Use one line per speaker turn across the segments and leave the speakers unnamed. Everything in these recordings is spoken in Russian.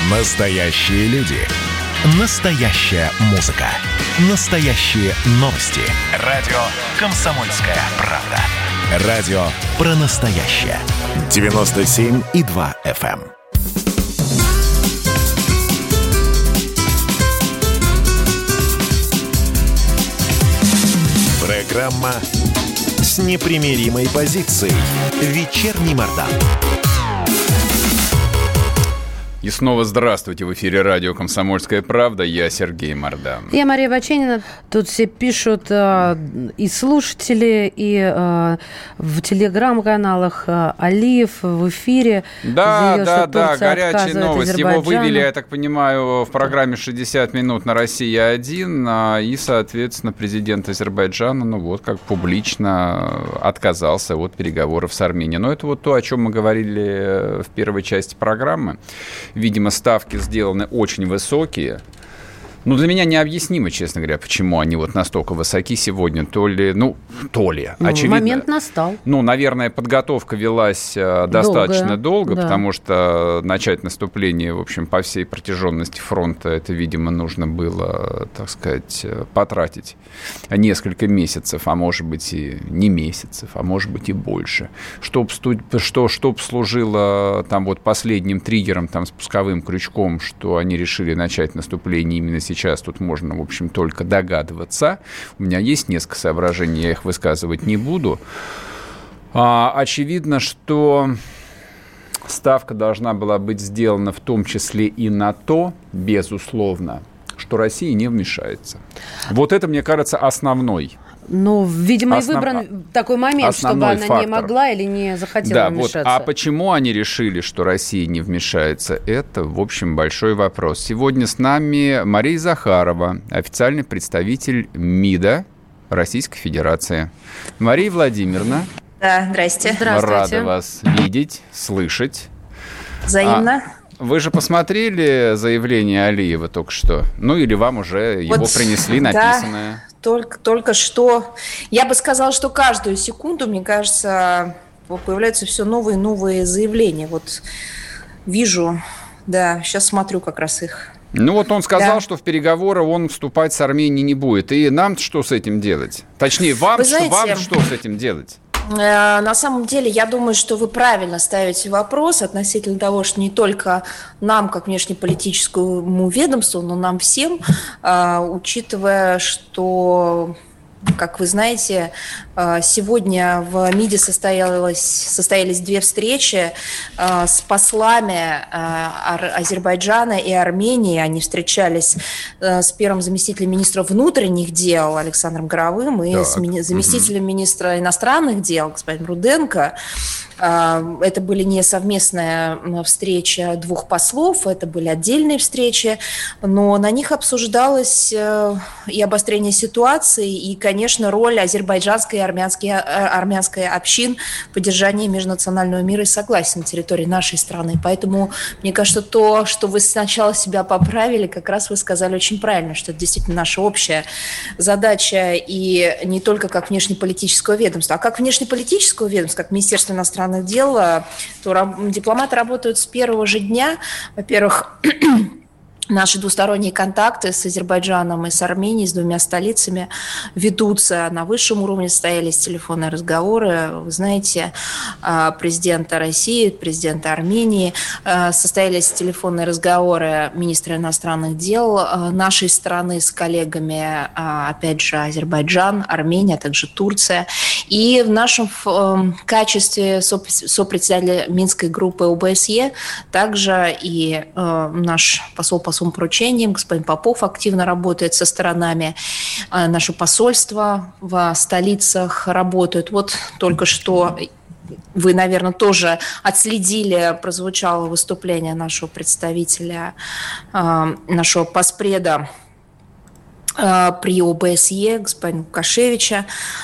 Настоящие люди. Настоящая музыка. Настоящие новости. Радио «Комсомольская правда». Радио про настоящее. 97,2 FM. Программа с непримиримой позицией. Вечерний Мордан.
И снова здравствуйте. В эфире радио «Комсомольская правда». Я Сергей Мордан.
Я Мария Баченина. Тут все пишут и слушатели, и в телеграм-каналах Алиев в эфире.
Да, горячая новость. Его вывели, я так понимаю, в программе «60 минут» на «Россия-1». И, соответственно, президент Азербайджана, как публично отказался от переговоров с Арменией. Но это вот то, о чем мы говорили в первой части программы. Видимо, ставки сделаны очень высокие. Для меня необъяснимо, честно говоря, почему они настолько высоки сегодня. То ли, очевидно.
Момент настал.
Наверное, подготовка велась достаточно долго, да. Потому что начать наступление, в общем, по всей протяженности фронта, это, видимо, нужно было, так сказать, потратить несколько месяцев, а может быть и не месяцев, а может быть и больше. Чтоб служило последним триггером, спусковым крючком, что они решили начать наступление именно сейчас, тут можно, в общем, только догадываться. У меня есть несколько соображений, я их высказывать не буду. Очевидно, что ставка должна была быть сделана в том числе и на то, безусловно, что Россия не вмешается. Вот это, мне кажется, основной.
Видимо, и выбран такой момент, чтобы она
фактор.
Не могла или не захотела вмешаться.
А почему они решили, что Россия не вмешается? Это, в общем, большой вопрос. Сегодня с нами Мария Захарова, официальный представитель МИДа Российской Федерации. Мария Владимировна.
Да, здрасте.
Рада вас видеть, слышать.
Взаимно.
Вы же посмотрели заявление Алиева только что? Или вам уже его принесли написанное?
Да, только что. Я бы сказала, что каждую секунду, мне кажется, появляются все новые и новые заявления. Вижу, сейчас смотрю как раз их.
Он сказал, что в переговоры он вступать с Арменией не будет. И нам что с этим делать? Точнее, вам что с этим делать?
На самом деле, я думаю, что вы правильно ставите вопрос относительно того, что не только нам, как внешнеполитическому ведомству, но нам всем, учитывая, что, как вы знаете, сегодня в МИДе состоялись две встречи с послами Азербайджана и Армении. Они встречались с первым заместителем министра внутренних дел Александром Горовым и с заместителем министра иностранных дел господином Руденко. Это были не совместная встреча двух послов, это были отдельные встречи, но на них обсуждалось и обострение ситуации, и, конечно, роль азербайджанской и армянской общин в поддержании межнационального мира и согласия на территории нашей страны. Поэтому, мне кажется, то, что вы сначала себя поправили, как раз вы сказали очень правильно, что это действительно наша общая задача, и не только как внешнеполитического ведомства, а как внешнеполитического ведомства, как Министерство иностранных дел, то дипломаты работают с первого же дня. Во-первых, наши двусторонние контакты с Азербайджаном и с Арменией, с двумя столицами, ведутся на высшем уровне, состоялись телефонные разговоры. Вы знаете, президента России, президента Армении, состоялись телефонные разговоры министра иностранных дел нашей страны с коллегами, опять же, Азербайджан, Армения, а также Турция. И в нашем качестве сопредседателя Минской группы ОБСЕ также и наш посол по особым поручениям, господин Попов активно работает со сторонами, наше посольство в столицах работают. Только что вы, наверное, тоже отследили, прозвучало выступление нашего представителя, нашего поспреда при ОБСЕ, господина Лукашевича,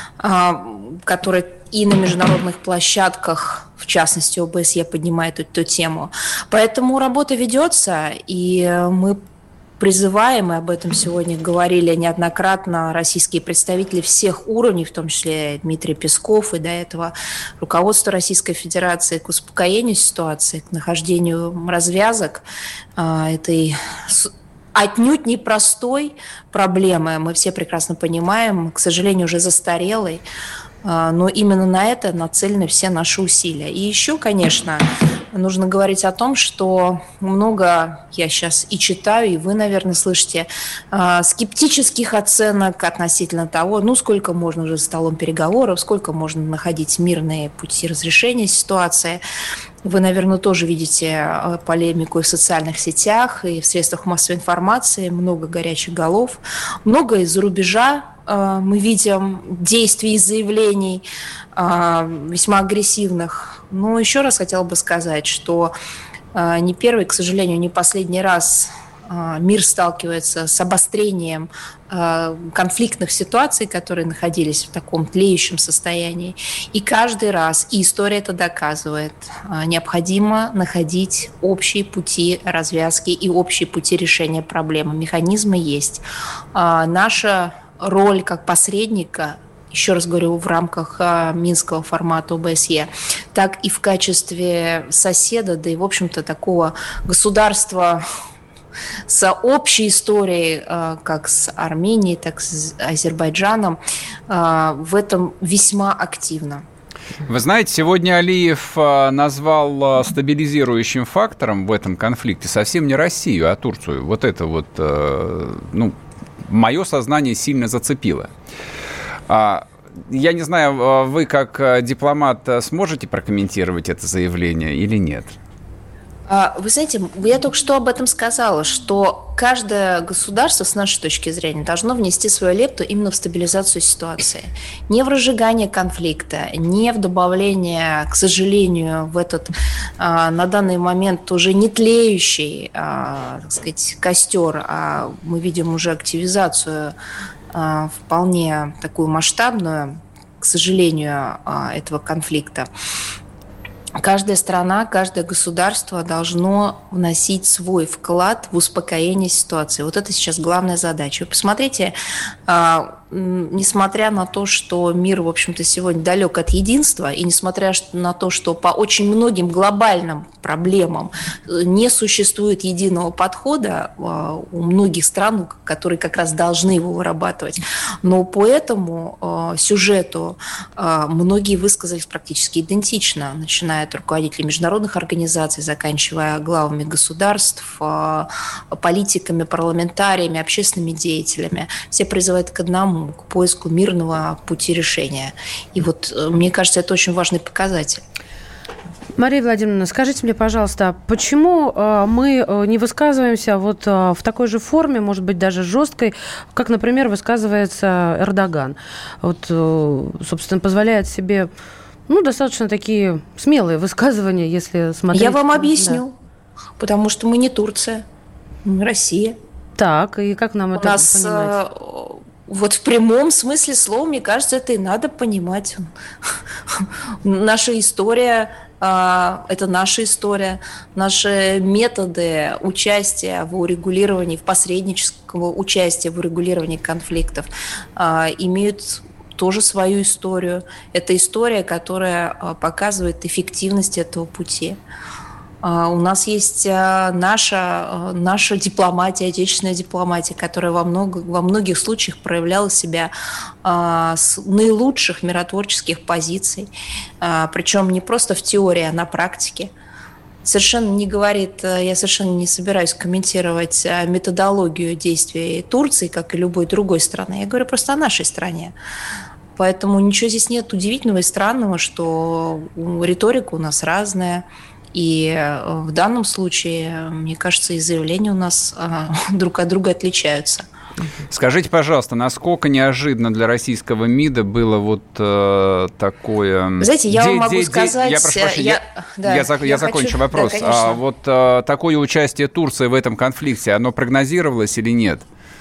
который и на международных площадках, в частности, ОБСЕ, поднимает эту тему. Поэтому работа ведется, и мы призываем, и об этом сегодня говорили неоднократно российские представители всех уровней, в том числе Дмитрий Песков, и до этого руководство Российской Федерации, к успокоению ситуации, к нахождению развязок этой отнюдь непростой проблемы. Мы все прекрасно понимаем, к сожалению, уже застарелой, но именно на это нацелены все наши усилия. И еще, конечно, нужно говорить о том, что много я сейчас и читаю, и вы, наверное, слышите, скептических оценок относительно того, сколько можно уже за столом переговоров, сколько можно находить мирные пути разрешения ситуации. Вы, наверное, тоже видите полемику и в социальных сетях, и в средствах массовой информации, много горячих голов, много из-за рубежа. Мы видим действий и заявлений весьма агрессивных. Но еще раз хотела бы сказать, что не первый, к сожалению, не последний раз мир сталкивается с обострением конфликтных ситуаций, которые находились в таком тлеющем состоянии. И каждый раз, и история это доказывает, необходимо находить общие пути развязки и общие пути решения проблемы. Механизмы есть. Наша роль как посредника, еще раз говорю, в рамках Минского формата ОБСЕ, так и в качестве соседа, да и, в общем-то, такого государства с общей историей, как с Арменией, так и с Азербайджаном, в этом весьма активно.
Вы знаете, сегодня Алиев назвал стабилизирующим фактором в этом конфликте совсем не Россию, а Турцию. Вот это вот, мое сознание сильно зацепило. Я не знаю, вы как дипломат сможете прокомментировать это заявление или нет?
Вы знаете, я только что об этом сказала, что каждое государство, с нашей точки зрения, должно внести свою лепту именно в стабилизацию ситуации. Не в разжигание конфликта, не в добавление, к сожалению, в этот на данный момент уже не тлеющий, так сказать, костер, а мы видим уже активизацию вполне такую масштабную, к сожалению, этого конфликта. Каждая страна, каждое государство должно вносить свой вклад в успокоение ситуации. Вот это сейчас главная задача. Вы посмотрите, несмотря на то, что мир, в общем-то, сегодня далек от единства, и несмотря на то, что по очень многим глобальным проблемам не существует единого подхода у многих стран, которые как раз должны его вырабатывать, но по этому сюжету многие высказались практически идентично, начиная от руководителей международных организаций, заканчивая главами государств, политиками, парламентариями, общественными деятелями. Все призывают к одному, к поиску мирного пути решения. И вот, мне кажется, это очень важный показатель.
Мария Владимировна, скажите мне, пожалуйста, почему мы не высказываемся вот в такой же форме, может быть, даже жесткой, как, например, высказывается Эрдоган? Вот, собственно, позволяет себе, достаточно такие смелые высказывания, если смотреть...
Я вам объясню. Да. Потому что мы не Турция, мы Россия.
Так, и как нам это понимать?
Вот в прямом смысле слова, мне кажется, это и надо понимать. Наша история – это наша история. Наши методы участия в урегулировании, в посреднического участия в урегулировании конфликтов имеют тоже свою историю. Это история, которая показывает эффективность этого пути. У нас есть наша дипломатия, отечественная дипломатия, которая во многих случаях проявляла себя с наилучших миротворческих позиций, причем не просто в теории, а на практике. Совершенно не говорит, я совершенно не собираюсь комментировать методологию действий Турции, как и любой другой страны. Я говорю просто о нашей стране. Поэтому ничего здесь нет удивительного и странного, что риторика у нас разная. И в данном случае, мне кажется, и заявления у нас друг от друга отличаются.
Скажите, пожалуйста, насколько неожиданно для российского МИДа было вот такое...
Знаете, я вам могу сказать...
Я прошу прощения, я закончу вопрос.
Да,
вот такое участие Турции в этом конфликте, оно прогнозировалось или нет?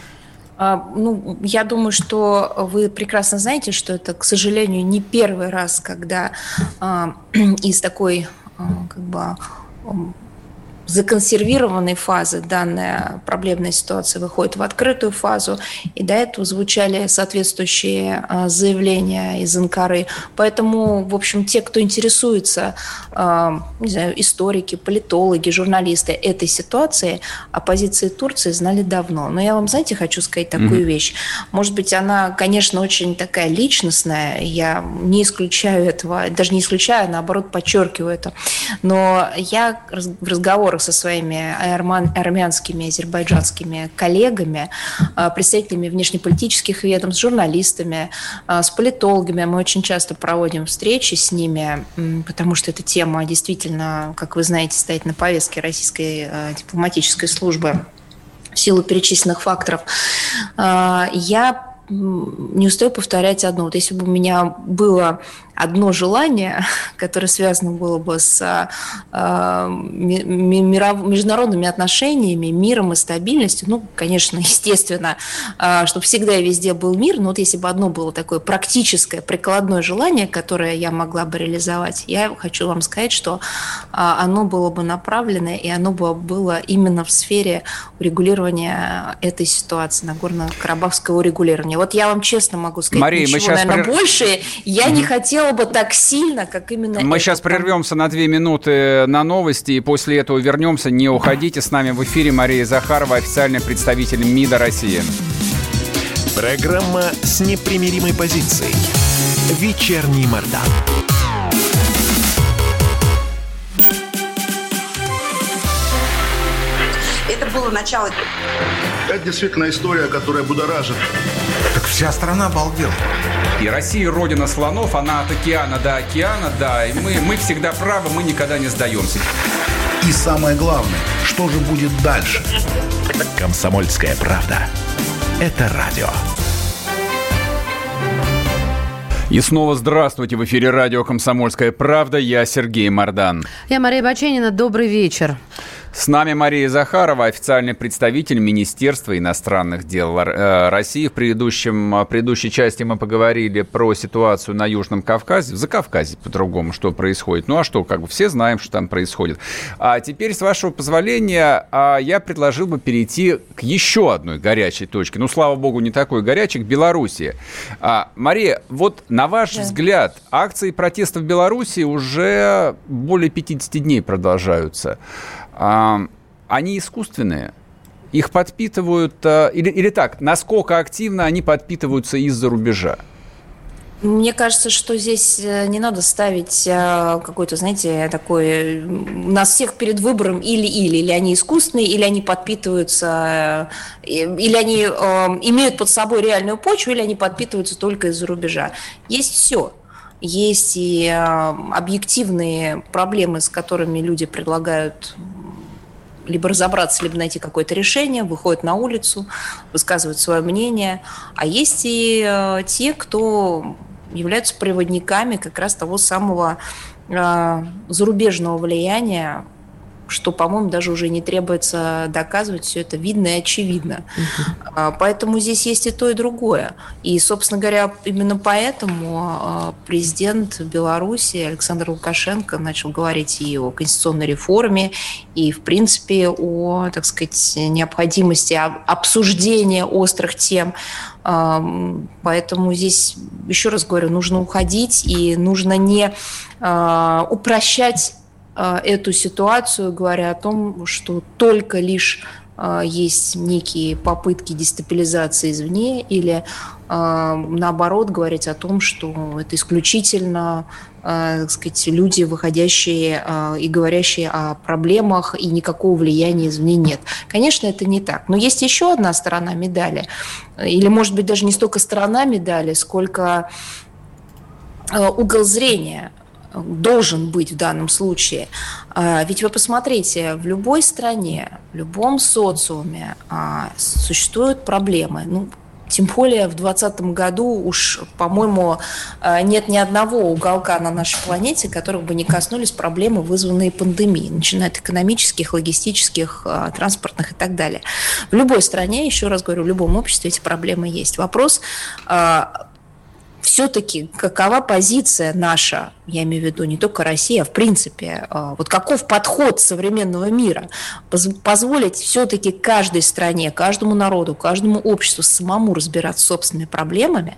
Я думаю, что вы прекрасно знаете, что это, к сожалению, не первый раз, когда из такой... законсервированной фазы данная проблемная ситуация выходит в открытую фазу, и до этого звучали соответствующие заявления из Анкары. Поэтому, в общем, те, кто интересуется, не знаю, историки, политологи, журналисты этой ситуации, о позиции Турции знали давно. Но я вам, знаете, хочу сказать такую вещь. Может быть, она, конечно, очень такая личностная, я не исключаю этого, даже не исключаю, а наоборот, подчеркиваю это. Но я в разговорах со своими армянскими, азербайджанскими коллегами, представителями внешнеполитических ведомств, с журналистами, с политологами, мы очень часто проводим встречи с ними, потому что эта тема действительно, как вы знаете, стоит на повестке российской дипломатической службы в силу перечисленных факторов. Я не устаю повторять одно. Вот если бы у меня было одно желание, которое связано было бы с международными отношениями, миром и стабильностью, ну, конечно, естественно, чтобы всегда и везде был мир, но вот если бы одно было такое практическое, прикладное желание, которое я могла бы реализовать, я хочу вам сказать, что оно было бы направлено, и оно бы было именно в сфере урегулирования этой ситуации, Нагорно-Карабахского урегулирования. Вот я вам честно могу сказать,
Мария,
ничего, наверное, больше я не хотела бы так сильно, как именно
Мы сейчас прервемся на 2 минуты на новости, и после этого вернемся. Не уходите, с нами в эфире Мария Захарова, официальный представитель МИДа России.
Программа с непримиримой позицией. Вечерний Мордан.
Это было начало.
Это действительно история, которая будоражит.
Так вся страна обалдела.
И Россия родина слонов, она от океана до океана, да. И мы всегда правы, мы никогда не сдаемся.
И самое главное, что же будет дальше?
Комсомольская правда. Это радио.
И снова здравствуйте. В эфире радио «Комсомольская правда». Я Сергей Мордан.
Я Мария Баченина. Добрый вечер.
С нами Мария Захарова, официальный представитель Министерства иностранных дел России. В предыдущей части мы поговорили про ситуацию на Южном Кавказе, в Закавказье по-другому, что происходит. Ну а что, как бы все знаем, что там происходит. А теперь, с вашего позволения, я предложил бы перейти к еще одной горячей точке. Ну, слава богу, не такой горячей, к Белоруссии. Мария, вот на ваш взгляд, акции протеста в Белоруссии уже более 50 дней продолжаются. Они искусственные? Их подпитывают... Или так, насколько активно они подпитываются из-за рубежа?
Мне кажется, что здесь не надо ставить какой-то, знаете, такой... Нас всех перед выбором или-или. Или они искусственные, или они подпитываются... Или они имеют под собой реальную почву, или они подпитываются только из-за рубежа. Есть все. Есть и объективные проблемы, с которыми люди предлагают либо разобраться, либо найти какое-то решение, выходят на улицу, высказывают свое мнение. А есть и те, кто являются проводниками как раз того самого зарубежного влияния, что, по-моему, даже уже не требуется доказывать, все это видно и очевидно. Поэтому здесь есть и то, и другое. И, собственно говоря, именно поэтому президент Беларуси Александр Лукашенко начал говорить и о конституционной реформе, и, в принципе, о, так сказать, необходимости обсуждения острых тем. Поэтому здесь, еще раз говорю, нужно уходить, и нужно не упрощать эту ситуацию, говоря о том, что только лишь есть некие попытки дестабилизации извне, или наоборот говорить о том, что это исключительно, так сказать, люди, выходящие и говорящие о проблемах, и никакого влияния извне нет. Конечно, это не так. Но есть еще одна сторона медали, или, может быть, даже не столько сторона медали, сколько угол зрения должен быть в данном случае. Ведь вы посмотрите, в любой стране, в любом социуме существуют проблемы. Ну, тем более в 2020 году уж, по-моему, нет ни одного уголка на нашей планете, которых бы не коснулись проблемы, вызванные пандемией, начиная от экономических, логистических, транспортных и так далее. В любой стране, еще раз говорю, в любом обществе эти проблемы есть. Вопрос все-таки какова позиция наша, я имею в виду не только Россия, а в принципе, вот каков подход современного мира, позволить все-таки каждой стране, каждому народу, каждому обществу самому разбираться с собственными проблемами,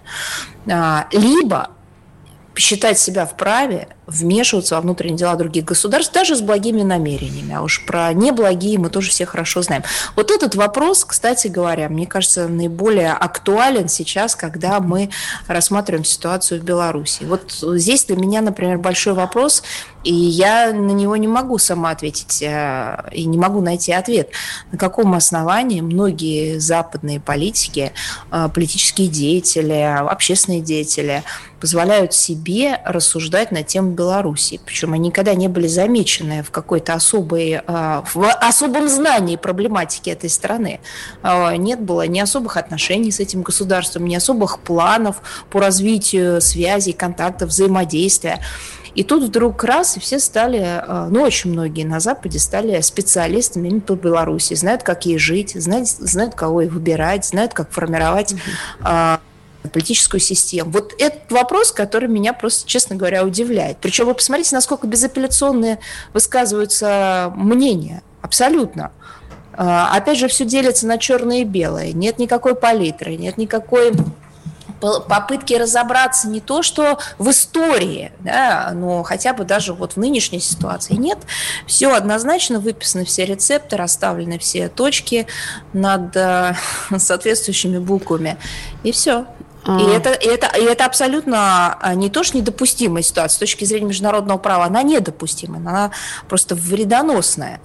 либо считать себя вправе вмешиваться во внутренние дела других государств, даже с благими намерениями. А уж про неблагие мы тоже все хорошо знаем. Вот этот вопрос, кстати говоря, мне кажется, наиболее актуален сейчас, когда мы рассматриваем ситуацию в Беларуси. Вот здесь для меня, например, большой вопрос, и я на него не могу сама ответить, и не могу найти ответ. На каком основании многие западные политики, политические деятели, общественные деятели позволяют себе рассуждать на тему Беларуси. Причем они никогда не были замечены в какой-то в особом знании проблематики этой страны. Нет было ни особых отношений с этим государством, ни особых планов по развитию связей, контактов, взаимодействия. И тут вдруг раз, и все стали, очень многие на Западе стали специалистами именно по Беларуси, знают, как ей жить, знают, кого ей выбирать, знают, как формировать политическую систему. Вот этот вопрос, который меня просто, честно говоря, удивляет. Причем вы посмотрите, насколько безапелляционные высказываются мнения. Абсолютно. Опять же, все делится на черное и белое. Нет никакой палитры, нет никакой попытки разобраться не то, что в истории, да, но хотя бы даже вот в нынешней ситуации. Нет, все однозначно выписаны, все рецепты, расставлены все точки над соответствующими буквами. И все. И это абсолютно не то, что недопустимая ситуация. С точки зрения международного права она недопустима, она просто вредоносная.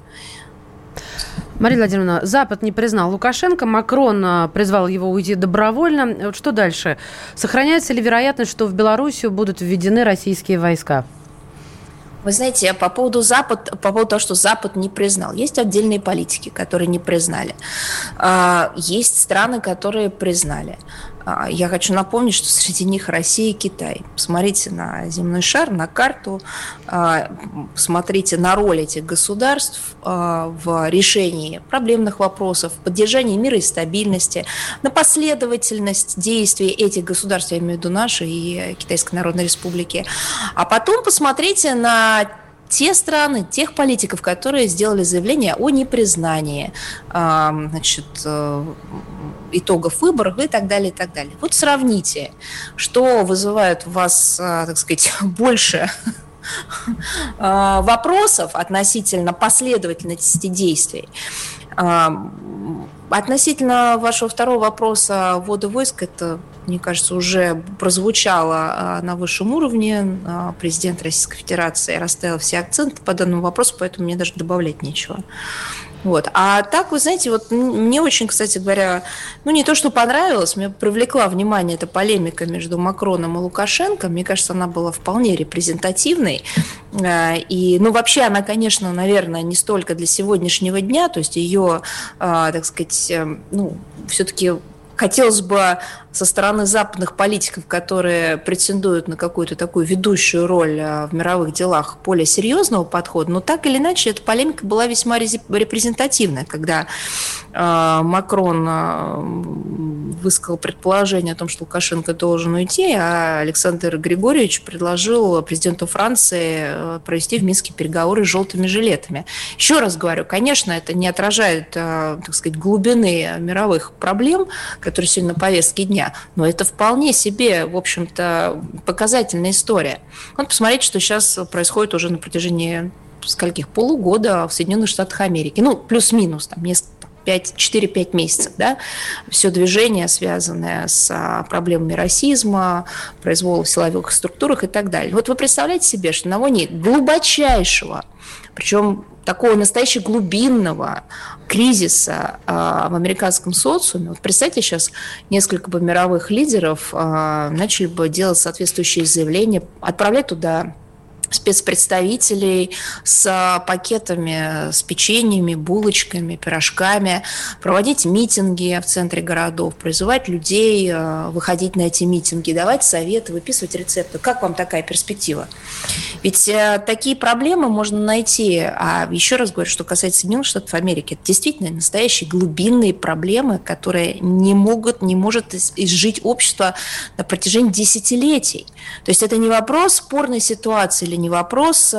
Мария Владимировна, Запад не признал Лукашенко, Макрон призвал его уйти добровольно. Вот что дальше? Сохраняется ли вероятность, что в Белоруссию будут введены российские войска?
Вы знаете, по поводу того, что Запад не признал, есть отдельные политики, которые не признали. Есть страны, которые признали. Я хочу напомнить, что среди них Россия и Китай. Посмотрите на земной шар, на карту, смотрите на роль этих государств в решении проблемных вопросов, в поддержании мира и стабильности, на последовательность действий этих государств, я имею в виду нашей и Китайской Народной Республики. А потом посмотрите на те страны, тех политиков, которые сделали заявление о непризнании итогов выборов и так далее, и так далее. Вот сравните, что вызывает у вас, так сказать, больше вопросов относительно последовательности действий. Относительно вашего второго вопроса ввода войск, это, мне кажется, уже прозвучало на высшем уровне. Президент Российской Федерации расставил все акценты по данному вопросу, поэтому мне даже добавлять нечего. Вот. А так, вы знаете, вот мне очень, кстати говоря, не то, что понравилось, мне привлекла внимание эта полемика между Макроном и Лукашенко. Мне кажется, она была вполне репрезентативной. И, вообще она, конечно, наверное, не столько для сегодняшнего дня, то есть ее, так сказать, все-таки хотелось бы со стороны западных политиков, которые претендуют на какую-то такую ведущую роль в мировых делах, более серьезного подхода, но так или иначе эта полемика была весьма репрезентативная, когда Макрон высказал предположение о том, что Лукашенко должен уйти, а Александр Григорьевич предложил президенту Франции провести в Минске переговоры с желтыми жилетами. Еще раз говорю, конечно, это не отражает, так сказать, глубины мировых проблем, которые сегодня на повестке дня, но это вполне себе, в общем-то, показательная история. Вот посмотрите, что сейчас происходит уже на протяжении полугода в Соединенных Штатах Америки. Плюс-минус, там, 4-5 месяцев, да, все движение, связанное с проблемами расизма, произвола в силовых структурах и так далее. Вот вы представляете себе, что на фоне глубочайшего, причем такого настоящего глубинного кризиса в американском социуме, вот представьте, сейчас несколько бы мировых лидеров начали бы делать соответствующие заявления, отправлять туда спецпредставителей с пакетами, с печеньями, булочками, пирожками, проводить митинги в центре городов, призывать людей выходить на эти митинги, давать советы, выписывать рецепты. Как вам такая перспектива? Ведь такие проблемы можно найти. А еще раз говорю, что касается Соединенных Штатов Америки, это действительно настоящие глубинные проблемы, которые не может изжить общество на протяжении десятилетий. То есть это не вопрос спорной ситуации или не вопрос,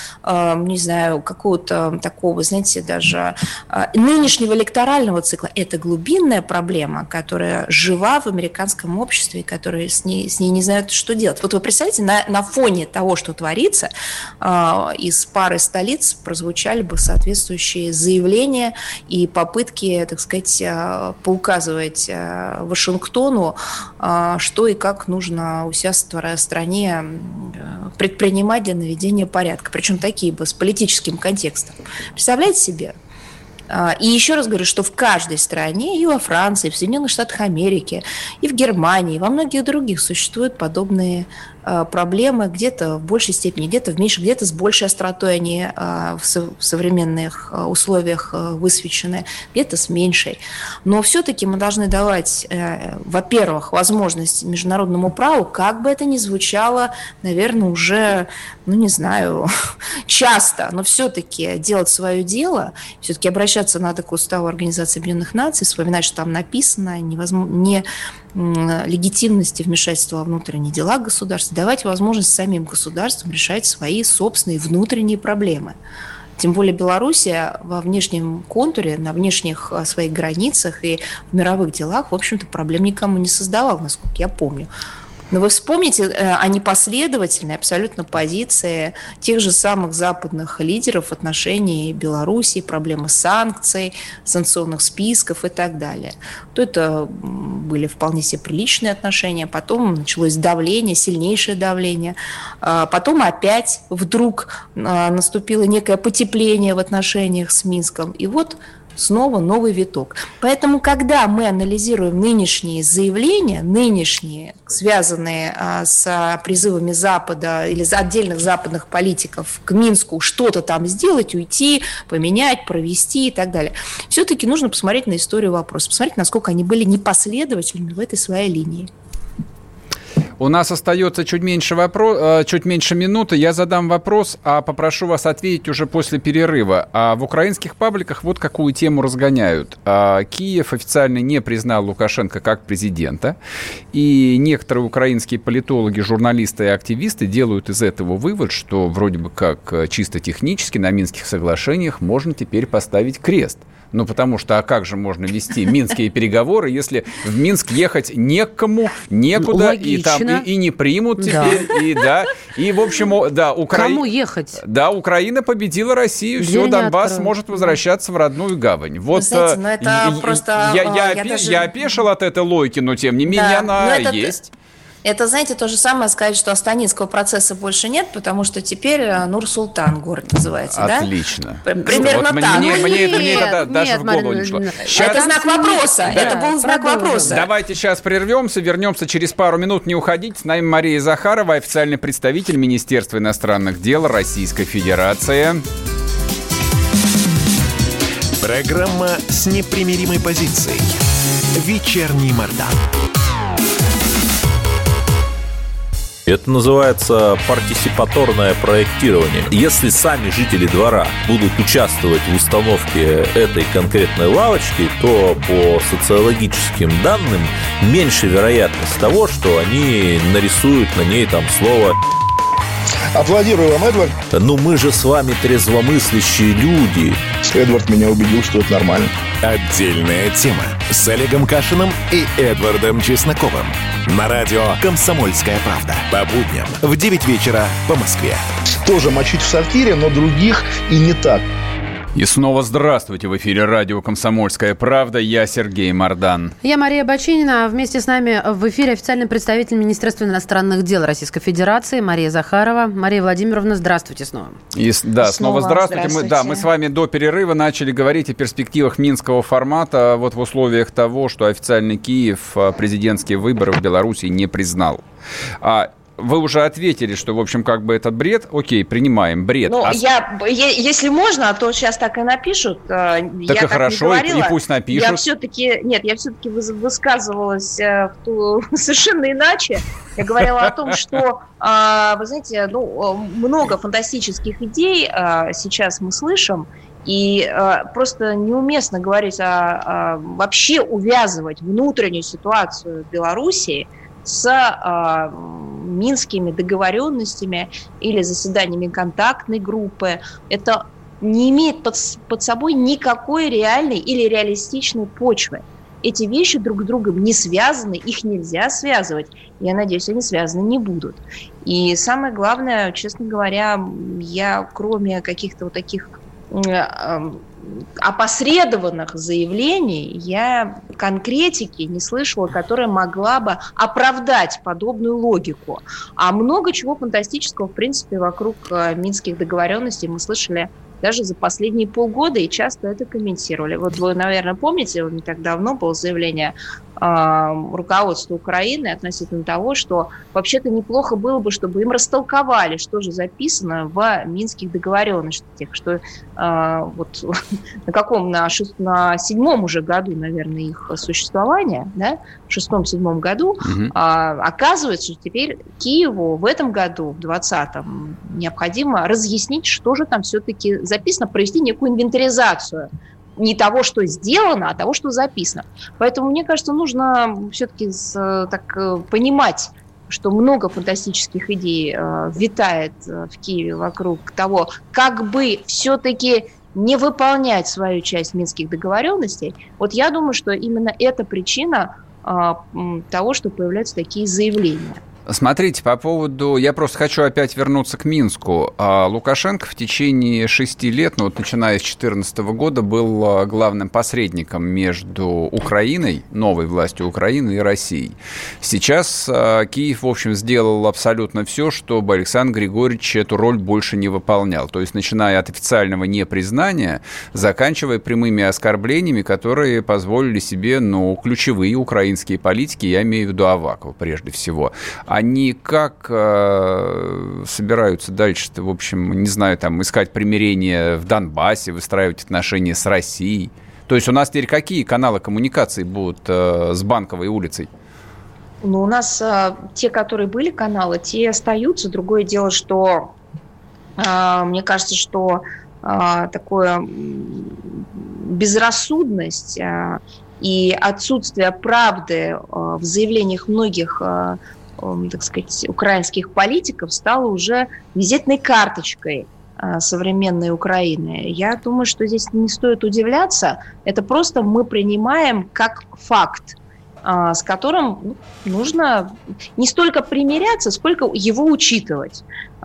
не знаю, какого-то такого, знаете, даже нынешнего электорального цикла. Это глубинная проблема, которая жива в американском обществе, и которая с ней не знают, что делать. Вот вы представляете, на фоне того, что творится, из пары столиц прозвучали бы соответствующие заявления и попытки, так сказать, поуказывать Вашингтону, что и как нужно у себя в стране предпринимать для наведения порядка. Причем такие бы с политическим контекстом. Представляете себе? И еще раз говорю, что в каждой стране, и во Франции, и в Соединенных Штатах Америки, и в Германии, и во многих других существуют подобные проблемы, где-то в большей степени, где-то в меньшей, где-то с большей остротой они в современных условиях высвечены, где-то с меньшей. Но все-таки мы должны давать, во-первых, возможность международному праву, как бы это ни звучало, наверное, уже, не знаю, часто, но все-таки делать свое дело, все-таки обращаться надо к Уставу Организации Объединенных Наций, вспоминать, что там написано, не легитимности вмешательства во внутренние дела государства, давать возможность самим государствам решать свои собственные внутренние проблемы. Тем более Белоруссия во внешнем контуре, на внешних своих границах и в мировых делах, в общем-то, проблем никому не создавала, насколько я помню. Но вы вспомните о непоследовательной абсолютно позиции тех же самых западных лидеров в отношении Белоруссии, проблемы санкций, санкционных списков и так далее. То это были вполне себе приличные отношения, потом началось давление, сильнейшее давление, потом опять вдруг наступило некое потепление в отношениях с Минском, и вот снова новый виток. Поэтому, когда мы анализируем нынешние заявления, связанные с призывами Запада или отдельных западных политиков к Минску что-то там сделать, уйти, поменять, провести и так далее, все-таки нужно посмотреть на историю вопроса, посмотреть, насколько они были непоследовательными в этой своей линии.
У нас остается чуть меньше минуты. Я задам вопрос, а попрошу вас ответить уже после перерыва. В украинских пабликах вот какую тему разгоняют. Киев официально не признал Лукашенко как президента. И некоторые украинские политологи, журналисты и активисты делают из этого вывод, что вроде бы как чисто технически на Минских соглашениях можно теперь поставить крест. Потому что, как же можно вести минские переговоры, если в Минск ехать некому, некуда, и не примут теперь, и в общем,
Кому ехать?
Да, Украина победила Россию, все, Донбасс может возвращаться в родную гавань. Вот, знаете, это просто... Я опешил от этой логики, но тем не менее она есть.
Это, знаете, то же самое сказать, что Астанинского процесса больше нет, потому что теперь Нур-Султан город называется,
Отлично.
да? Примерно так.
Мне это даже в голову не шло.
Это знак вопроса. Это был знак вопроса.
Давайте сейчас прервемся, вернемся через пару минут. Не уходите. С нами Мария Захарова, официальный представитель Министерства иностранных дел Российской Федерации.
Программа с непримиримой позицией. Вечерний Мордан.
Это называется партисипаторное проектирование. Если сами жители двора будут участвовать в установке этой конкретной лавочки, то по социологическим данным меньше вероятность того, что они нарисуют на ней там слово.
Аплодирую вам, Эдвард.
Мы же с вами трезвомыслящие люди.
Эдвард меня убедил, что это нормально.
Отдельная тема с Олегом Кашиным и Эдвардом Чесноковым. На радио «Комсомольская правда». По будням в 9 вечера по Москве.
Тоже мочить в сортире, но других и не так.
И снова здравствуйте. В эфире радио «Комсомольская правда». Я Сергей Мордан.
Я Мария Бачинина. Вместе с нами в эфире официальный представитель Министерства иностранных дел Российской Федерации Мария Захарова. Мария Владимировна, здравствуйте снова.
Снова здравствуйте. Мы с вами до перерыва начали говорить о перспективах Минского формата вот в условиях того, что официальный Киев президентские выборы в Беларуси не признал. вы уже ответили, что, в общем, как бы этот бред, окей, принимаем, бред.
Ну, если можно, а то сейчас так и напишут. Так
и хорошо, и пусть напишут.
Я все-таки высказывалась совершенно иначе. Я говорила о том, что, вы знаете, много фантастических идей сейчас мы слышим, и просто неуместно говорить вообще увязывать внутреннюю ситуацию в Белоруссии с минскими договоренностями или заседаниями контактной группы. Это не имеет под собой никакой реальной или реалистичной почвы. Эти вещи друг с другом не связаны, их нельзя связывать. Я надеюсь, они связаны не будут. И самое главное, честно говоря, я кроме каких-то вот таких опосредованных заявлений, я конкретики не слышала, которая могла бы оправдать подобную логику. А много чего фантастического, в принципе, вокруг минских договоренностей мы слышали даже за последние полгода и часто это комментировали. Вот вы, наверное, помните, не так давно было заявление руководства Украины относительно того, что вообще-то неплохо было бы, чтобы им растолковали, что же записано в минских договоренностях, что вот на каком, на седьмом уже году, наверное, их существования, да, в 6-7 году, оказывается, что теперь Киеву в этом году, в 2020-м, необходимо разъяснить, что же там все-таки записано, провести некую инвентаризацию не того, что сделано, а того, что записано. Поэтому, мне кажется, нужно все-таки понимать, что много фантастических идей витает в Киеве вокруг того, как бы все-таки не выполнять свою часть минских договоренностей. Вот я думаю, что именно это причина того, что появляются такие заявления.
Смотрите, по поводу... Я просто хочу опять вернуться к Минску. Лукашенко в течение 6 лет, начиная с 2014 года, был главным посредником между Украиной, новой властью Украины, и Россией. Сейчас Киев, в общем, сделал абсолютно все, чтобы Александр Григорьевич эту роль больше не выполнял. То есть, начиная от официального непризнания, заканчивая прямыми оскорблениями, которые позволили себе, ключевые украинские политики, я имею в виду Авакова прежде всего. Они как собираются дальше-то, в общем, не знаю, там, искать примирение в Донбассе, выстраивать отношения с Россией? То есть у нас теперь какие каналы коммуникации будут с Банковой улицей?
У нас те, которые были каналы, те остаются. Другое дело, что мне кажется, что такое безрассудность и отсутствие правды в заявлениях многих, так сказать, украинских политиков стало уже визитной карточкой современной Украины. Я думаю, что здесь не стоит удивляться. Это просто мы принимаем как факт, с которым нужно не столько примиряться, сколько его учитывать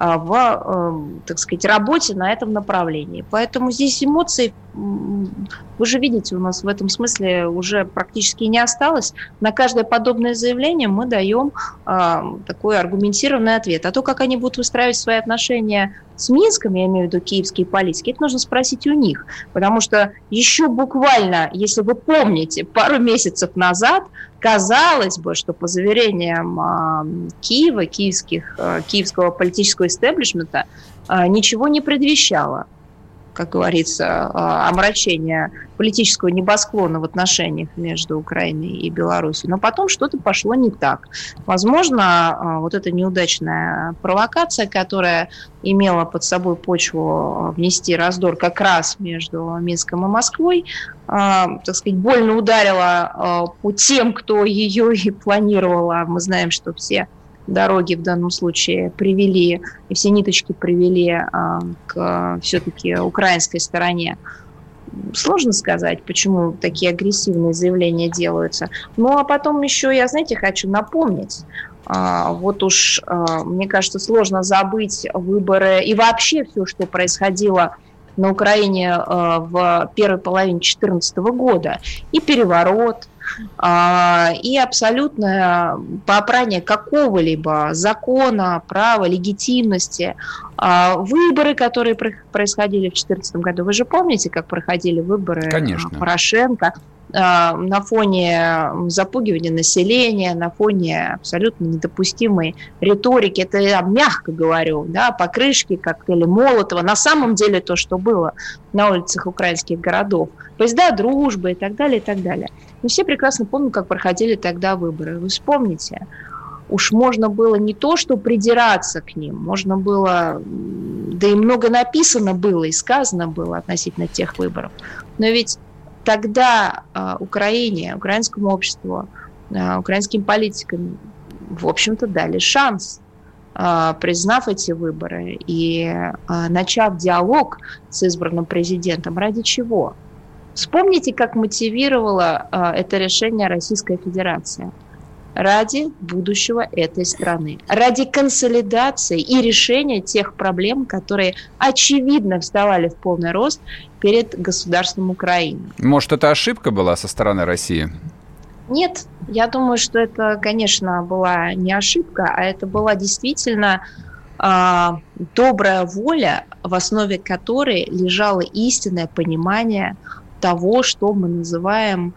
в, так сказать, работе на этом направлении. Поэтому здесь эмоций, вы же видите, у нас в этом смысле уже практически не осталось. На каждое подобное заявление мы даем такой аргументированный ответ. А то, как они будут выстраивать свои отношения с Минском, я имею в виду киевские политики, это нужно спросить у них. Потому что еще буквально, если вы помните, пару месяцев назад казалось бы, что по заверениям Киева, киевского политического истеблишмента, ничего не предвещало, как говорится, омрачение политического небосклона в отношениях между Украиной и Беларусью. Но потом что-то пошло не так. Возможно, вот эта неудачная провокация, которая имела под собой почву внести раздор как раз между Минском и Москвой, так сказать, больно ударила по тем, кто ее и планировал. Мы знаем, что все дороги в данном случае привели, и все ниточки привели к все-таки украинской стороне. Сложно сказать, почему такие агрессивные заявления делаются. Ну, а потом еще я, знаете, хочу напомнить, вот уж, мне кажется, сложно забыть выборы и вообще все, что происходило на Украине в первой половине 2014 года. И переворот, и абсолютное попрание какого-либо закона, права, легитимности. Выборы, которые происходили в 2014 году. Вы же помните, как проходили выборы?
Конечно.
Порошенко? на фоне запугивания населения, на фоне абсолютно недопустимой риторики, это я мягко говорю, да, покрышки, коктейли Молотова, на самом деле то, что было на улицах украинских городов, поезда дружбы и так далее, и так далее. Мы все прекрасно помним, как проходили тогда выборы. Вы вспомните, уж можно было не то, что придираться к ним, можно было, да и много написано было и сказано было относительно тех выборов, но ведь тогда Украине, украинскому обществу, украинским политикам, в общем-то, дали шанс, признав эти выборы и начав диалог с избранным президентом. Ради чего? Вспомните, как мотивировала это решение Российская Федерация. Ради будущего этой страны, ради консолидации и решения тех проблем, которые очевидно вставали в полный рост перед государством Украины.
Может, это ошибка была со стороны России?
Нет, я думаю, что это, конечно, была не ошибка, а это была действительно добрая воля, в основе которой лежало истинное понимание того, что мы называем...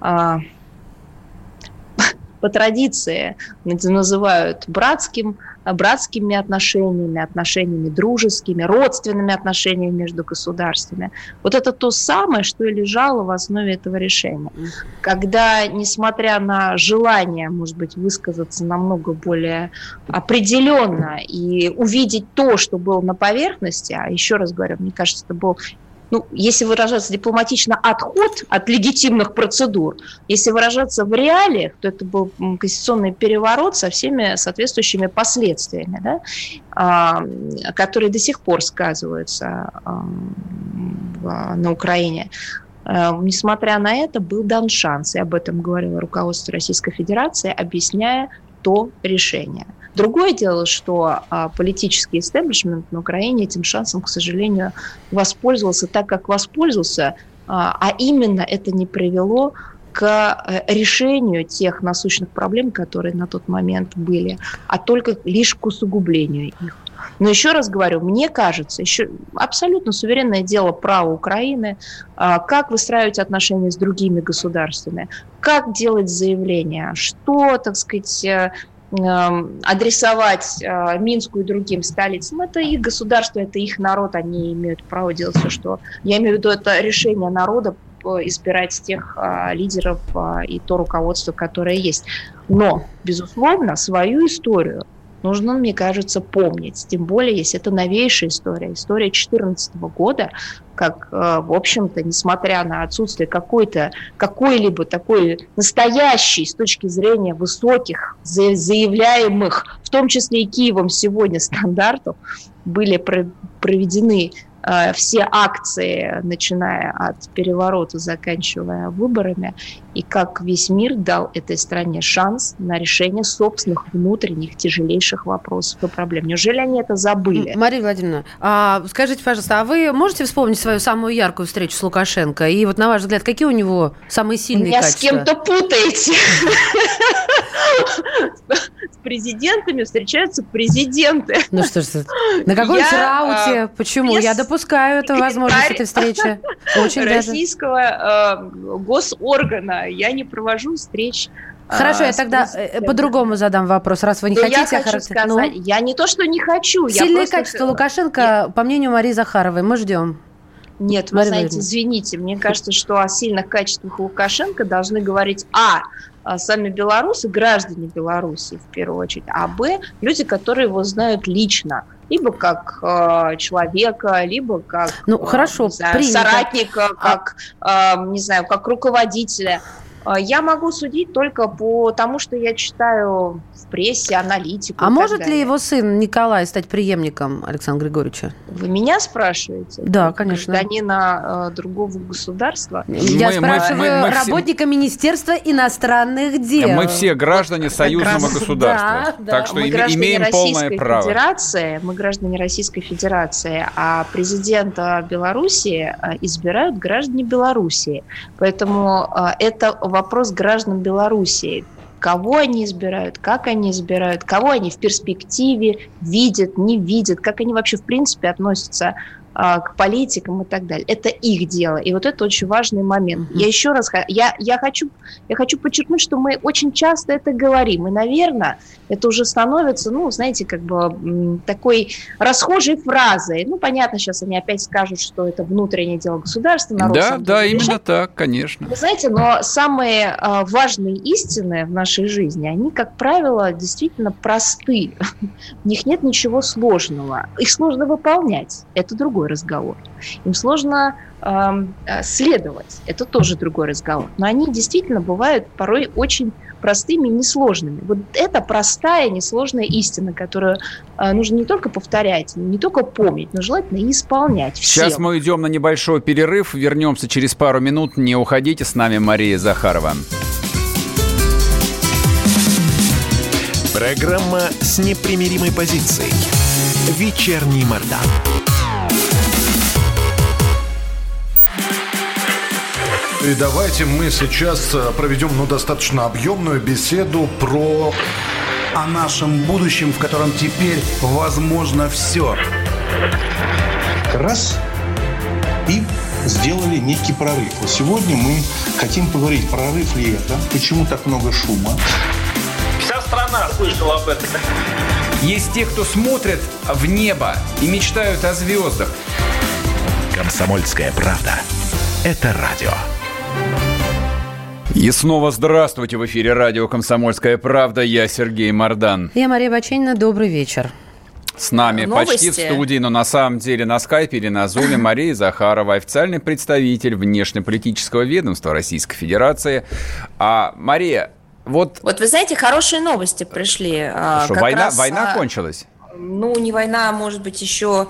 по традиции называют братскими отношениями дружескими, родственными отношениями между государствами. Вот это то самое, что и лежало в основе этого решения. Когда, несмотря на желание, может быть, высказаться намного более определенно и увидеть то, что было на поверхности, а еще раз говорю, мне кажется, это был... если выражаться дипломатично, отход от легитимных процедур, если выражаться в реалиях, то это был конституционный переворот со всеми соответствующими последствиями, да, которые до сих пор сказываются на Украине. Несмотря на это, был дан шанс, и об этом говорило руководство Российской Федерации, объясняя то решение. Другое дело, что политический истеблишмент на Украине этим шансом, к сожалению, воспользовался так, как воспользовался, а именно это не привело к решению тех насущных проблем, которые на тот момент были, а только лишь к усугублению их. Но еще раз говорю, мне кажется, еще абсолютно суверенное дело права Украины, как выстраивать отношения с другими государствами, как делать заявления, что, так сказать, адресовать Минску и другим столицам. Это их государство, это их народ, они имеют право делать все, что... Я имею в виду, это решение народа избирать тех лидеров и то руководство, которое есть. Но, безусловно, свою историю нужно, мне кажется, помнить. Тем более, если это новейшая история. История 2014 года, как, в общем-то, несмотря на отсутствие какой-либо такой настоящей, с точки зрения высоких, заявляемых, в том числе и Киевом сегодня, стандартов, были проведены все акции, начиная от переворота, заканчивая выборами, и как весь мир дал этой стране шанс на решение собственных внутренних тяжелейших вопросов и проблем. Неужели они это забыли?
Мария Владимировна, скажите, пожалуйста, а вы можете вспомнить свою самую яркую встречу с Лукашенко? И вот, на ваш взгляд, какие у него самые сильные качества?
Меня с кем-то путаете. С президентами встречаются президенты.
Ну что ж, на какой-нибудь рауте? Почему? Я допускаю эту возможность этой встречи. Очень
российского госоргана. Я не провожу встреч.
Хорошо, я тогда по-другому задам вопрос, раз вы не хотите.
Я хочу сказать, я не то, что не хочу.
Сильные качества Лукашенко, по мнению Марии Захаровой, мы ждем.
Нет, вы знаете, извините, мне кажется, что о сильных качествах Лукашенко должны говорить сами белорусы, граждане Беларуси в первую очередь, а б, люди, которые его знают лично, либо как человека, либо как соратника, как, не знаю, как руководителя. Я могу судить только по тому, что я читаю в прессе, аналитику.
А может ли его сын Николай стать преемником Александра Григорьевича?
Вы меня спрашиваете?
Да, конечно.
Гражданина другого государства?
Я спрашиваю работника Министерства иностранных дел.
Мы все граждане союзного государства. Да, так что имеем полное право.
Мы граждане Российской Федерации, а президента Белоруссии избирают граждане Белоруссии. Поэтому это вопрос граждан Белоруссии. Кого они избирают, как они избирают, кого они в перспективе видят, не видят, как они вообще в принципе относятся к политикам и так далее. Это их дело. И вот это очень важный момент. Я еще раз я хочу подчеркнуть, что мы очень часто это говорим. И, наверное, это уже становится, знаете, как бы такой расхожей фразой. Понятно, сейчас они опять скажут, что это внутреннее дело государства.
Да, именно так, конечно.
Вы знаете, но самые важные истины в нашей жизни, они, как правило, действительно просты. В них нет ничего сложного. Их сложно выполнять. Это другой разговор. Им сложно следовать. Это тоже другой разговор. Но они действительно бывают порой очень простыми и несложными. Вот это простая, несложная истина, которую нужно не только повторять, не только помнить, но желательно и исполнять всем.
Сейчас мы идем на небольшой перерыв. Вернемся через пару минут. Не уходите. С нами Мария Захарова.
Программа с непримиримой позицией. Вечерний Мардан.
И давайте мы сейчас проведем достаточно объемную беседу о нашем будущем, в котором теперь возможно все.
Раз и сделали некий прорыв. Вот сегодня мы хотим поговорить, прорыв ли это, почему так много шума.
Вся страна слышала об этом.
Есть те, кто смотрят в небо и мечтают о звездах.
«Комсомольская правда» — это радио.
И снова здравствуйте. В эфире радио «Комсомольская правда». Я Сергей Мардан.
Я Мария Баченина. Добрый вечер.
С нами почти в студии, но на самом деле на скайпе или на зуме Мария Захарова, официальный представитель внешнеполитического ведомства Российской Федерации. Мария, вот
вы знаете, хорошие новости пришли.
Что, война кончилась?
Не война, может быть, еще...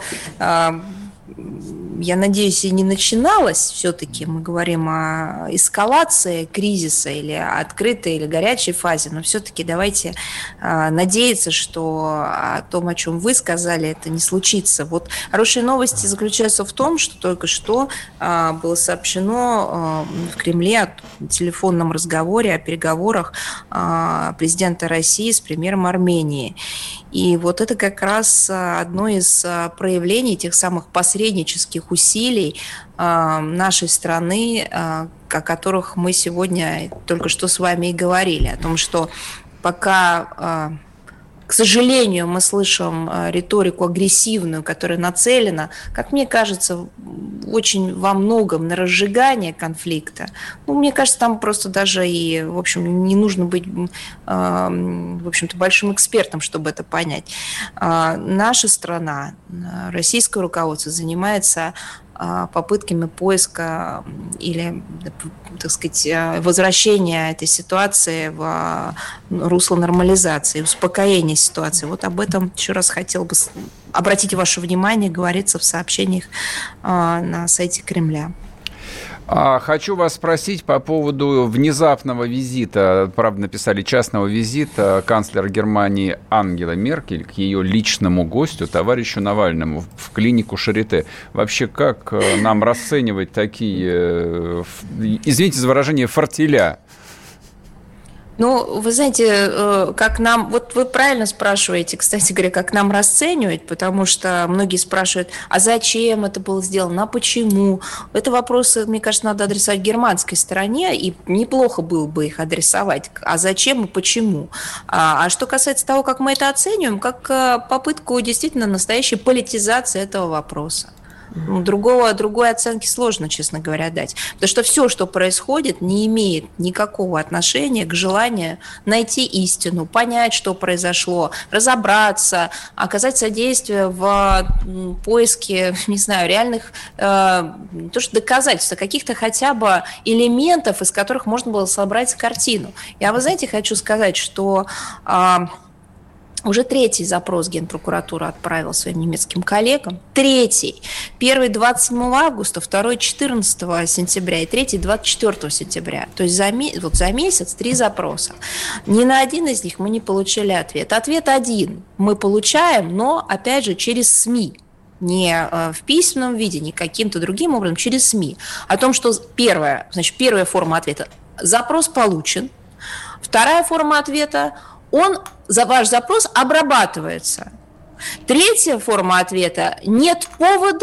Я надеюсь, и не начиналось. Все-таки мы говорим о эскалации кризиса или открытой, или горячей фазе, но все-таки давайте надеяться, что о том, о чем вы сказали, это не случится. Вот хорошие новости заключаются в том, что только что было сообщено в Кремле о телефонном разговоре, о переговорах президента России с премьером Армении. И вот это как раз одно из проявлений тех самых посреднических усилий нашей страны, о которых мы сегодня только что с вами и говорили. О том, что пока, к сожалению, мы слышим риторику агрессивную, которая нацелена, как мне кажется, очень во многом на разжигание конфликта. Мне кажется, там просто даже и, в общем, не нужно быть, в общем-то, большим экспертом, чтобы это понять. Наша страна, российское руководство занимается попытками поиска или, так сказать, возвращения этой ситуации в русло нормализации, успокоения ситуации. Вот об этом еще раз хотел бы обратить ваше внимание, говорится в сообщениях на сайте Кремля.
Хочу вас спросить по поводу внезапного визита, правда, написали частного визита канцлера Германии Ангелы Меркель к ее личному гостю, товарищу Навальному, в клинику Шарите. Вообще, как нам расценивать такие, извините за выражение, фортеля?
Вы знаете, как нам... Вот вы правильно спрашиваете, кстати говоря, как нам расценивать, потому что многие спрашивают, а зачем это было сделано, а почему? Это вопросы, мне кажется, надо адресовать германской стороне, и неплохо было бы их адресовать. А зачем и почему? А что касается того, как мы это оцениваем, как попытку действительно настоящей политизации этого вопроса. Другой оценки сложно, честно говоря, дать. Потому что все, что происходит, не имеет никакого отношения к желанию найти истину, понять, что произошло, разобраться, оказать содействие в поиске, не знаю, реальных, не то что доказательств, а каких-то хотя бы элементов, из которых можно было собрать картину. Я, вы знаете, хочу сказать, что... Уже третий запрос Генпрокуратура отправила своим немецким коллегам. Третий. Первый 27 августа, второй 14 сентября и третий 24 сентября. То есть за месяц 3 запроса. Ни на один из них мы не получили ответ. Ответ один мы получаем, но, опять же, через СМИ. Не в письменном виде, не каким-то другим образом, через СМИ. О том, что первая форма ответа – запрос получен. Вторая форма ответа – ваш запрос обрабатывается. Третья форма ответа – нет поводов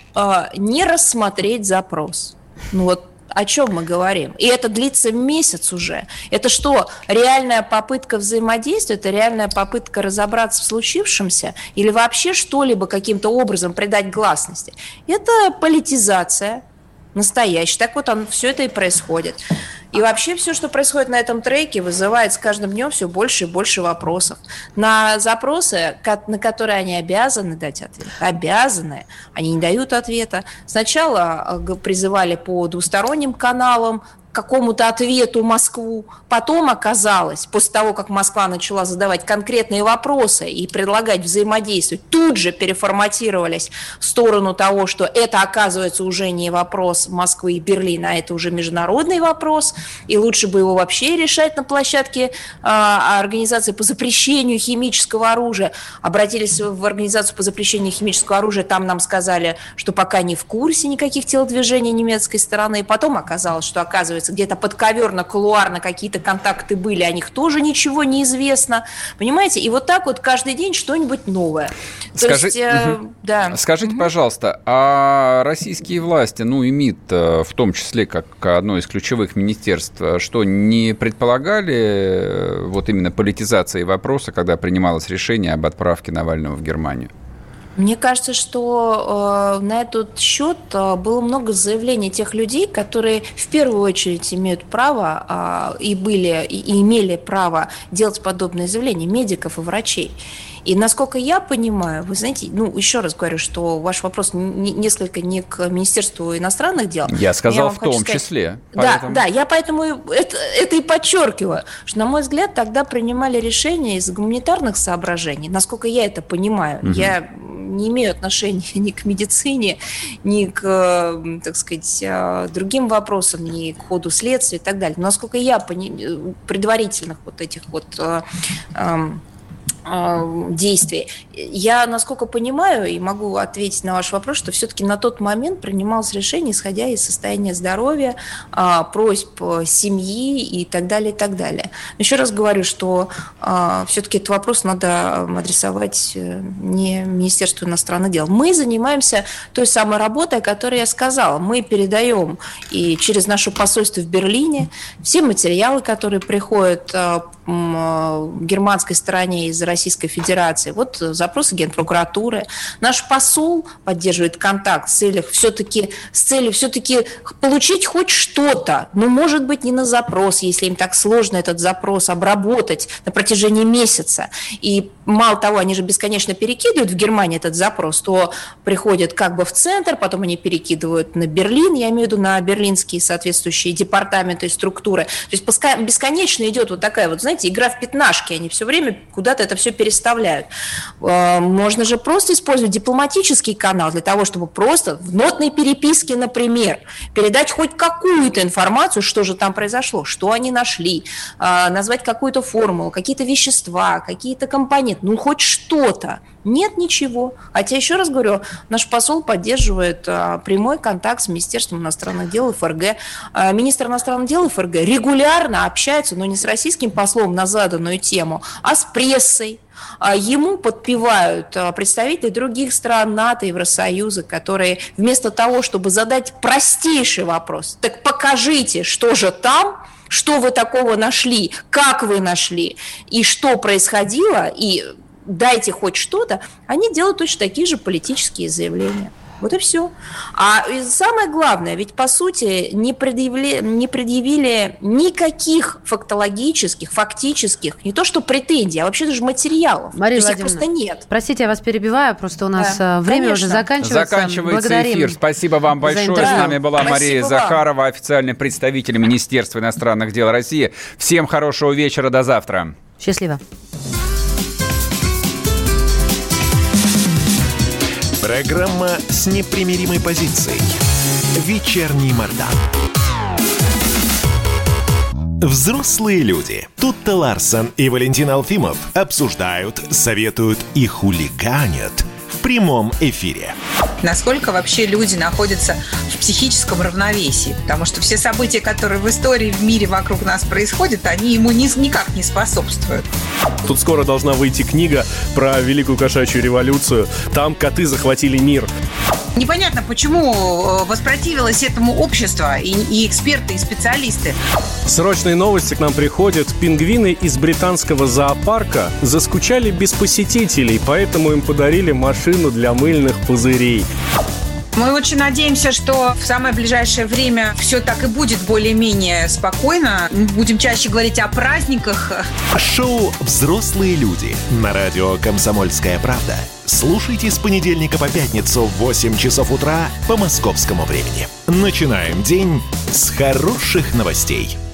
не рассмотреть запрос. Ну вот о чем мы говорим? И это длится месяц уже. Это что, реальная попытка взаимодействия? Это реальная попытка разобраться в случившемся? Или вообще что-либо каким-то образом придать гласности? Это политизация настоящая. Так вот, все это и происходит. И вообще все, что происходит на этом треке, вызывает с каждым днем все больше и больше вопросов. На запросы, на которые они обязаны дать ответ. Обязаны. Они не дают ответа. Сначала призывали по двусторонним каналам к какому-то ответу Москву. Потом оказалось, после того, как Москва начала задавать конкретные вопросы и предлагать взаимодействовать, тут же переформатировались в сторону того, что это, оказывается, уже не вопрос Москвы и Берлина, а это уже международный вопрос, и лучше бы его вообще решать на площадке Организации по запрещению химического оружия. Обратились в Организацию по запрещению химического оружия, там нам сказали, что пока не в курсе никаких телодвижений немецкой стороны. Потом оказалось, что, оказывается, где-то подковерно, кулуарно какие-то контакты были, о них тоже ничего не известно. Понимаете? И вот так вот каждый день что-нибудь новое.
Скажите, пожалуйста, а российские власти, и МИД в том числе, как одно из ключевых министерств, что не предполагали вот именно политизации вопроса, когда принималось решение об отправке Навального в Германию?
Мне кажется, что на этот счет было много заявлений тех людей, которые в первую очередь имеют право и имели право делать подобные заявления, медиков и врачей. И насколько я понимаю, вы знаете, еще раз говорю, что ваш вопрос несколько не к Министерству иностранных дел.
Я сказал в том числе.
Да, я поэтому это и подчеркиваю, что, на мой взгляд, тогда принимали решения из гуманитарных соображений, насколько я это понимаю. Я не имею отношения ни к медицине, ни к, так сказать, другим вопросам, ни к ходу следствия и так далее. Но насколько я предварительных вот этих вот действий. Я, насколько понимаю, и могу ответить на ваш вопрос, что все-таки на тот момент принималось решение, исходя из состояния здоровья, просьб семьи и так далее, и так далее. Еще раз говорю, что все-таки этот вопрос надо адресовать не Министерству иностранных дел. Мы занимаемся той самой работой, о которой я сказала. Мы передаем и через наше посольство в Берлине все материалы, которые приходят германской стороне из Российской Федерации. Вот запросы Генпрокуратуры. Наш посол поддерживает контакт с целью все-таки получить хоть что-то, но, может быть, не на запрос, если им так сложно этот запрос обработать на протяжении месяца. И мало того, они же бесконечно перекидывают в Германию этот запрос, то приходят как бы в центр, потом они перекидывают на Берлин, я имею в виду на берлинские соответствующие департаменты и структуры. То есть бесконечно идет вот такая вот, знаете, игра в пятнашки, они все время куда-то это все переставляют. Можно же просто использовать дипломатический канал для того, чтобы просто в нотной переписке, например, передать хоть какую-то информацию, что же там произошло, что они нашли, назвать какую-то формулу, какие-то вещества, какие-то компоненты, хоть что-то. Нет ничего. Хотя, еще раз говорю, наш посол поддерживает прямой контакт с Министерством иностранных дел ФРГ. Министр иностранных дел ФРГ регулярно общается, но не с российским послом на заданную тему, а с прессой. Ему подпевают представители других стран НАТО, Евросоюза, которые вместо того, чтобы задать простейший вопрос, так покажите, что же там, что вы такого нашли, как вы нашли, и что происходило, и дайте хоть что-то, они делают точно такие же политические заявления. Вот и все. А самое главное, ведь по сути не предъявили никаких фактических, не то что претензий, а вообще даже материалов.
Мария Владимировна, просто нет. Простите, я вас перебиваю, просто у нас время уже заканчивается.
Эфир. Спасибо вам большое. С нами была Мария Захарова, официальный представитель Министерства иностранных дел России. Всем хорошего вечера, до завтра.
Счастливо.
Программа с непримиримой позицией. Вечерний Мордан. Взрослые люди. Тутта Ларсон и Валентин Алфимов обсуждают, советуют и хулиганят в прямом эфире.
Насколько вообще люди находятся в психическом равновесии? Потому что все события, которые в истории, в мире вокруг нас происходят, они ему никак не способствуют.
Тут скоро должна выйти книга про Великую кошачью революцию. Там коты захватили мир.
Непонятно, почему воспротивилось этому общество и эксперты, и специалисты.
Срочные новости к нам приходят. Пингвины из британского зоопарка заскучали без посетителей, поэтому им подарили машину для мыльных пузырей.
Мы очень надеемся, что в самое ближайшее время все так и будет более-менее спокойно. Мы будем чаще говорить о праздниках.
Шоу «Взрослые люди» на радио «Комсомольская правда». Слушайте с понедельника по пятницу в 8 часов утра по московскому времени. Начинаем день с хороших новостей.